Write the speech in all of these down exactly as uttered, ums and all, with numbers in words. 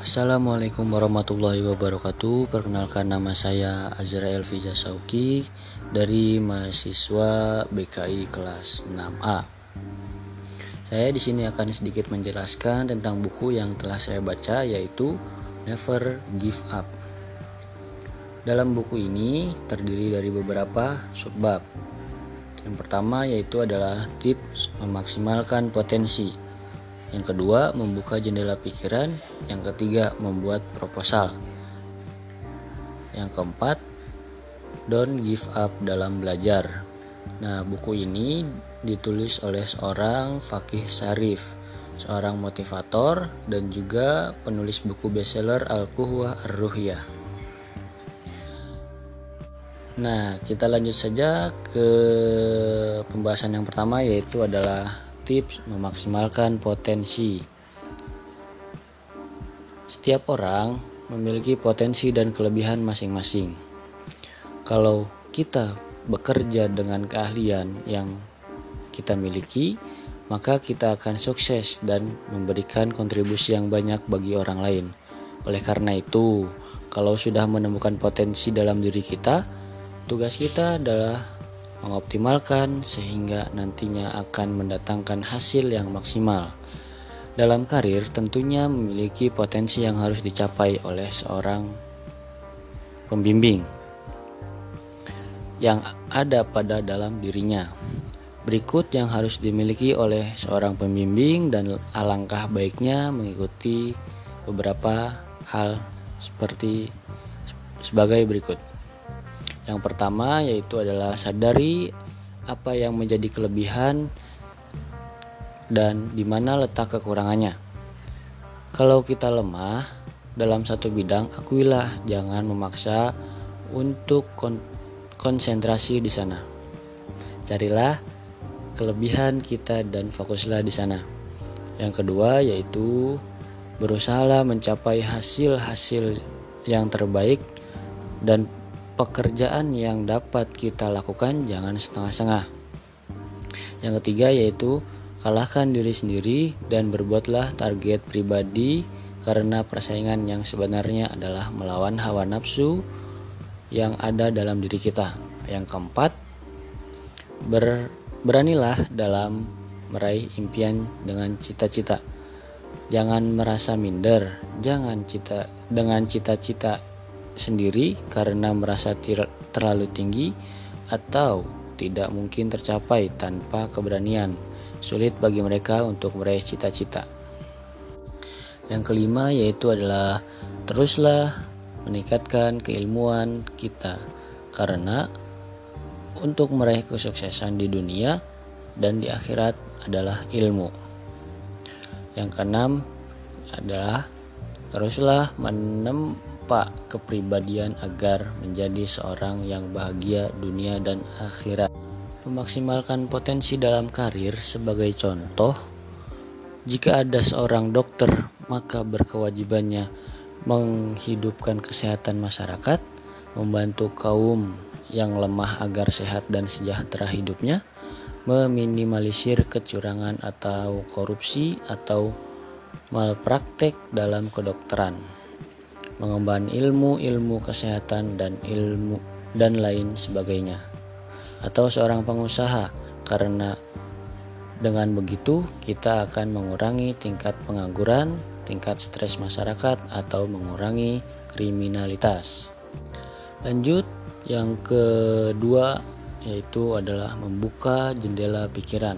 Assalamualaikum warahmatullahi wabarakatuh. Perkenalkan, nama saya Azra Elviza Sauki dari mahasiswa B K I kelas enam A. Saya di sini akan sedikit menjelaskan tentang buku yang telah saya baca, yaitu Never Give Up. Dalam buku ini terdiri dari beberapa subbab. Yang pertama yaitu adalah tips memaksimalkan potensi. Yang kedua, membuka jendela pikiran. Yang ketiga, membuat proposal. Yang keempat, don't give up dalam belajar. Nah, buku ini ditulis oleh seorang Fakih Syarif, seorang motivator dan juga penulis buku bestseller Al-Quwwah Ar-Ruhiyah. Nah, kita lanjut saja ke pembahasan yang pertama, yaitu adalah tips memaksimalkan potensi. Setiap orang memiliki potensi dan kelebihan masing-masing. Kalau kita bekerja dengan keahlian yang kita miliki, maka kita akan sukses dan memberikan kontribusi yang banyak bagi orang lain. Oleh karena itu, kalau sudah menemukan potensi dalam diri kita, tugas kita adalah mengoptimalkan sehingga nantinya akan mendatangkan hasil yang maksimal. Dalam karir tentunya memiliki potensi yang harus dicapai oleh seorang pembimbing yang ada pada dalam dirinya. Berikut yang harus dimiliki oleh seorang pembimbing, dan alangkah baiknya mengikuti beberapa hal seperti sebagai berikut. Yang pertama yaitu adalah sadari apa yang menjadi kelebihan dan di mana letak kekurangannya. Kalau kita lemah dalam satu bidang, akuilah, jangan memaksa untuk kon- konsentrasi di sana. Carilah kelebihan kita dan fokuslah di sana. Yang kedua yaitu berusahalah mencapai hasil-hasil yang terbaik, dan pekerjaan yang dapat kita lakukan jangan setengah-setengah. Yang ketiga yaitu kalahkan diri sendiri dan berbuatlah target pribadi, karena persaingan yang sebenarnya adalah melawan hawa nafsu yang ada dalam diri kita. Yang keempat, ber, beranilah dalam meraih impian dengan cita-cita. Jangan merasa minder, jangan cita dengan cita-cita sendiri karena merasa tir- terlalu tinggi atau tidak mungkin tercapai tanpa keberanian. Sulit bagi mereka untuk meraih cita-cita. Yang kelima yaitu adalah teruslah meningkatkan keilmuan kita, karena untuk meraih kesuksesan di dunia dan di akhirat adalah ilmu. Yang keenam adalah teruslah menem Pak kepribadian agar menjadi seorang yang bahagia dunia dan akhirat. Memaksimalkan potensi dalam karir sebagai contoh, jika ada seorang dokter, maka berkewajibannya menghidupkan kesehatan masyarakat, membantu kaum yang lemah agar sehat dan sejahtera hidupnya, meminimalisir kecurangan atau korupsi atau malpraktek dalam kedokteran, mengembangkan ilmu-ilmu kesehatan dan ilmu dan lain sebagainya. Atau seorang pengusaha, karena dengan begitu kita akan mengurangi tingkat pengangguran, tingkat stres masyarakat, atau mengurangi kriminalitas. Lanjut, yang kedua yaitu adalah membuka jendela pikiran.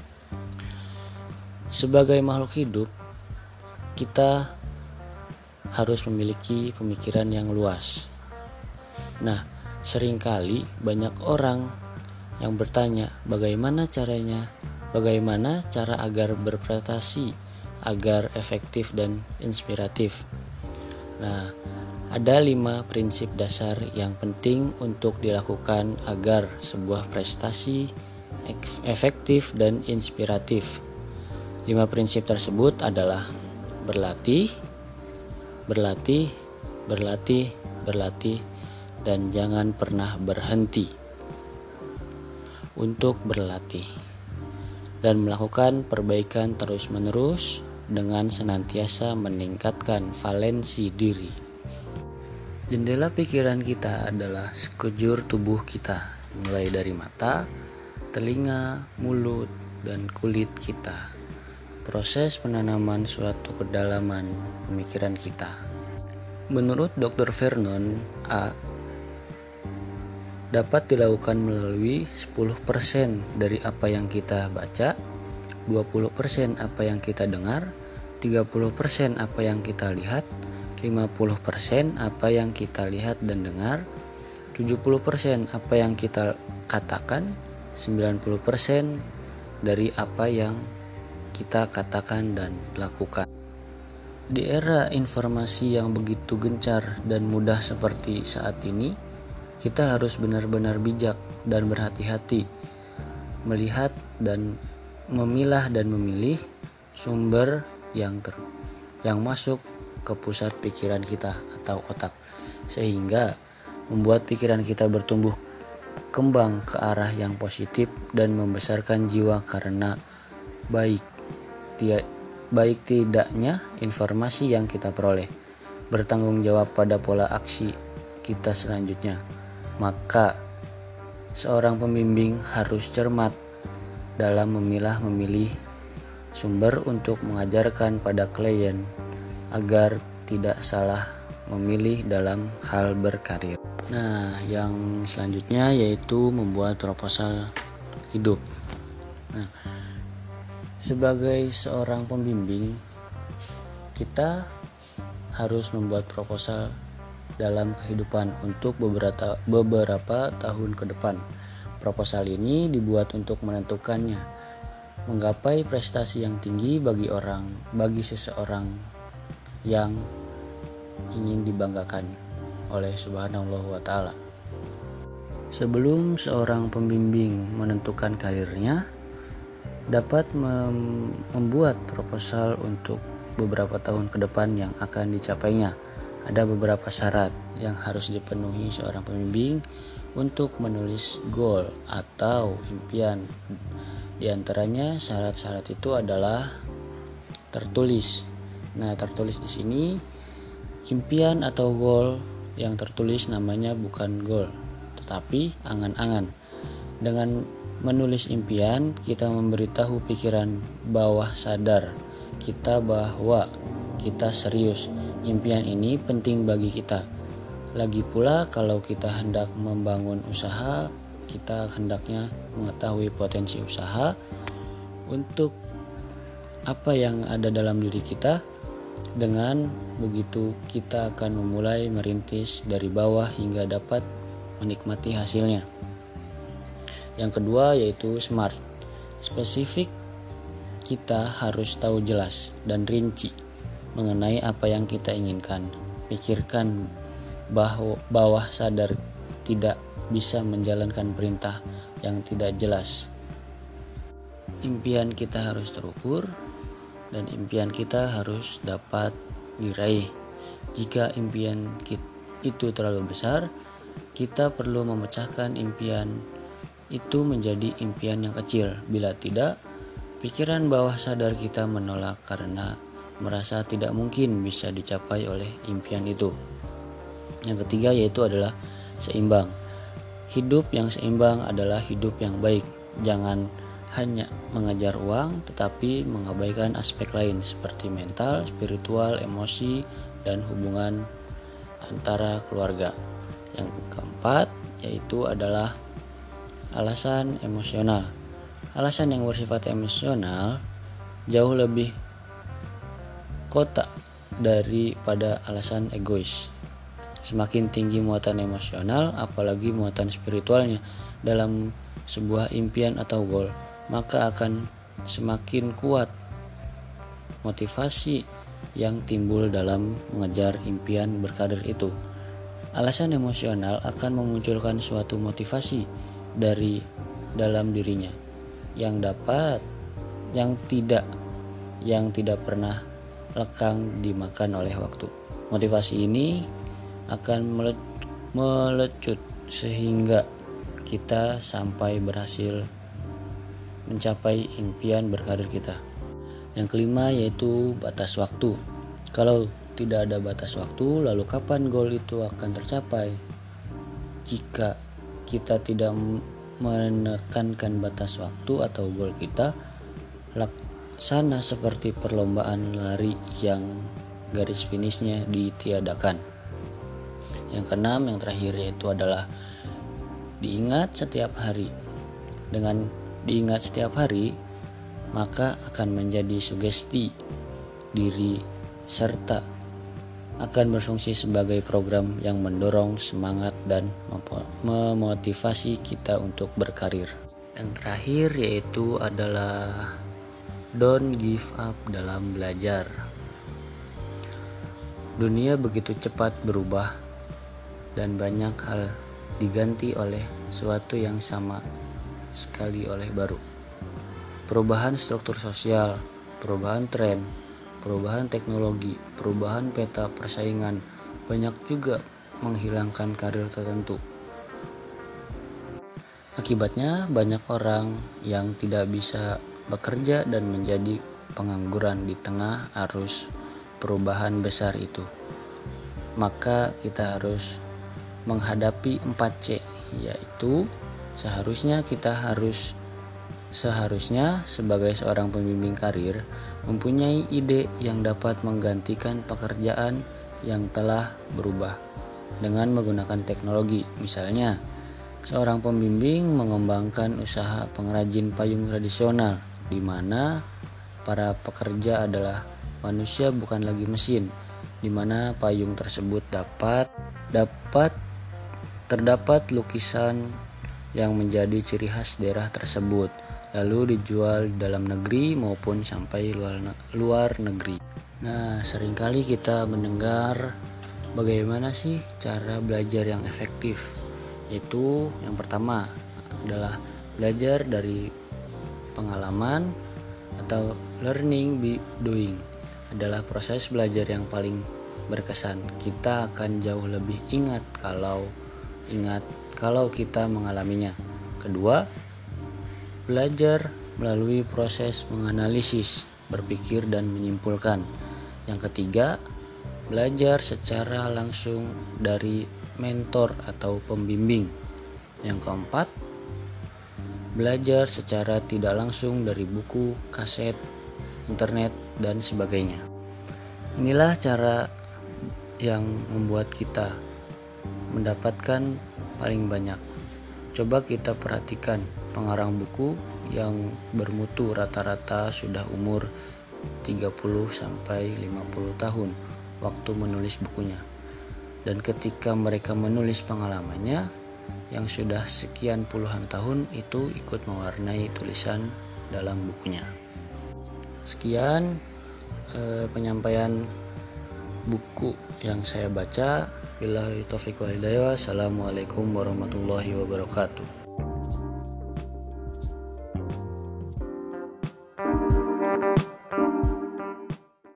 Sebagai makhluk hidup, kita harus memiliki pemikiran yang luas. Nah, seringkali banyak orang yang bertanya, bagaimana caranya, bagaimana cara agar berprestasi, agar efektif dan inspiratif. Nah, ada lima prinsip dasar yang penting untuk dilakukan agar sebuah prestasi efektif dan inspiratif. Lima prinsip tersebut adalah berlatih, berlatih, berlatih, berlatih, dan jangan pernah berhenti untuk berlatih dan melakukan perbaikan terus-menerus dengan senantiasa meningkatkan valensi diri. Jendela pikiran kita adalah sekujur tubuh kita, mulai dari mata, telinga, mulut, dan kulit kita. Proses penanaman suatu kedalaman pemikiran kita. Menurut doktor Vernon A, dapat dilakukan melalui sepuluh persen dari apa yang kita baca, dua puluh persen apa yang kita dengar, tiga puluh persen apa yang kita lihat, lima puluh persen apa yang kita lihat dan dengar, tujuh puluh persen apa yang kita katakan, sembilan puluh persen dari apa yang kita katakan dan lakukan. Di era informasi yang begitu gencar dan mudah seperti saat ini, kita harus benar-benar bijak dan berhati-hati melihat dan memilah dan memilih sumber yang ter, yang masuk ke pusat pikiran kita atau otak, sehingga membuat pikiran kita bertumbuh kembang ke arah yang positif dan membesarkan jiwa karena baik dia baik tidaknya informasi yang kita peroleh bertanggung jawab pada pola aksi kita selanjutnya. Maka seorang pembimbing harus cermat dalam memilah memilih sumber untuk mengajarkan pada klien agar tidak salah memilih dalam hal berkarir. Nah, yang selanjutnya yaitu membuat proposal hidup. Nah, sebagai seorang pembimbing, kita harus membuat proposal dalam kehidupan untuk beberapa beberapa tahun ke depan. Proposal ini dibuat untuk menentukannya menggapai prestasi yang tinggi bagi orang bagi seseorang yang ingin dibanggakan oleh Subhanahu wa taala. Sebelum seorang pembimbing menentukan karirnya, dapat mem- membuat proposal untuk beberapa tahun ke depan yang akan dicapainya. Ada beberapa syarat yang harus dipenuhi seorang pembimbing untuk menulis goal atau impian. Di antaranya syarat-syarat itu adalah tertulis. Nah, tertulis di sini impian atau goal yang tertulis namanya bukan goal, tetapi angan-angan. Dengan menulis impian, kita memberitahu pikiran bawah sadar kita bahwa kita serius. Impian ini penting bagi kita. Lagi pula kalau kita hendak membangun usaha, kita hendaknya mengetahui potensi usaha untuk apa yang ada dalam diri kita. Dengan begitu kita akan memulai merintis dari bawah hingga dapat menikmati hasilnya. Yang kedua yaitu SMART. Spesifik, kita harus tahu jelas dan rinci mengenai apa yang kita inginkan. Pikirkan bahwa bawah sadar tidak bisa menjalankan perintah yang tidak jelas. Impian kita harus terukur dan impian kita harus dapat diraih. Jika impian itu terlalu besar, kita perlu memecahkan impian itu menjadi impian yang kecil. Bila tidak, pikiran bawah sadar kita menolak karena merasa tidak mungkin bisa dicapai oleh impian itu. Yang ketiga yaitu adalah seimbang. Hidup yang seimbang adalah hidup yang baik. Jangan hanya mengejar uang, tetapi mengabaikan aspek lain seperti mental, spiritual, emosi, dan hubungan antara keluarga. Yang keempat yaitu adalah alasan emosional. Alasan yang bersifat emosional jauh lebih kotak daripada alasan egois. Semakin tinggi muatan emosional, apalagi muatan spiritualnya dalam sebuah impian atau goal, maka akan semakin kuat motivasi yang timbul dalam mengejar impian berkarir itu. Alasan emosional akan memunculkan suatu motivasi dari dalam dirinya yang dapat yang tidak yang tidak pernah lekang dimakan oleh waktu. Motivasi ini akan melecut sehingga kita sampai berhasil mencapai impian berkarir kita. Yang kelima yaitu batas waktu. Kalau tidak ada batas waktu, lalu kapan goal itu akan tercapai? Jika kita tidak menekankan batas waktu atau goal kita, laksana seperti perlombaan lari yang garis finishnya ditiadakan. Yang keenam, yang terakhir yaitu adalah diingat setiap hari. Dengan diingat setiap hari, maka akan menjadi sugesti diri serta akan berfungsi sebagai program yang mendorong semangat dan memotivasi kita untuk berkarir. Yang terakhir yaitu adalah don't give up dalam belajar. Dunia begitu cepat berubah dan banyak hal diganti oleh sesuatu yang sama sekali oleh baru. Perubahan struktur sosial, perubahan tren, perubahan teknologi, perubahan peta persaingan banyak juga menghilangkan karir tertentu. Akibatnya banyak orang yang tidak bisa bekerja dan menjadi pengangguran di tengah arus perubahan besar itu. Maka kita harus menghadapi empat C, yaitu seharusnya kita harus seharusnya sebagai seorang pembimbing karir mempunyai ide yang dapat menggantikan pekerjaan yang telah berubah dengan menggunakan teknologi. Misalnya, seorang pembimbing mengembangkan usaha pengrajin payung tradisional di mana para pekerja adalah manusia bukan lagi mesin, di mana payung tersebut dapat dapat terdapat lukisan yang menjadi ciri khas daerah tersebut, lalu dijual di dalam negeri maupun sampai luar, luar negeri. Nah, seringkali kita mendengar bagaimana sih cara belajar yang efektif. Yaitu yang pertama adalah belajar dari pengalaman atau learning by doing. Adalah proses belajar yang paling berkesan. Kita akan jauh lebih ingat kalau ingat kalau kita mengalaminya. Kedua, belajar melalui proses menganalisis, berpikir dan menyimpulkan. Yang ketiga, belajar secara langsung dari mentor atau pembimbing. Yang keempat, belajar secara tidak langsung dari buku, kaset, internet, dan sebagainya. Inilah cara yang membuat kita mendapatkan paling banyak. Coba kita perhatikan pengarang buku yang bermutu rata-rata sudah umur tiga puluh sampai lima puluh tahun waktu menulis bukunya. Dan ketika mereka menulis pengalamannya yang sudah sekian puluhan tahun itu ikut mewarnai tulisan dalam bukunya. Sekian eh, penyampaian buku yang saya baca. Billahi taufiq wal hidayah. Assalamualaikum warahmatullahi wabarakatuh.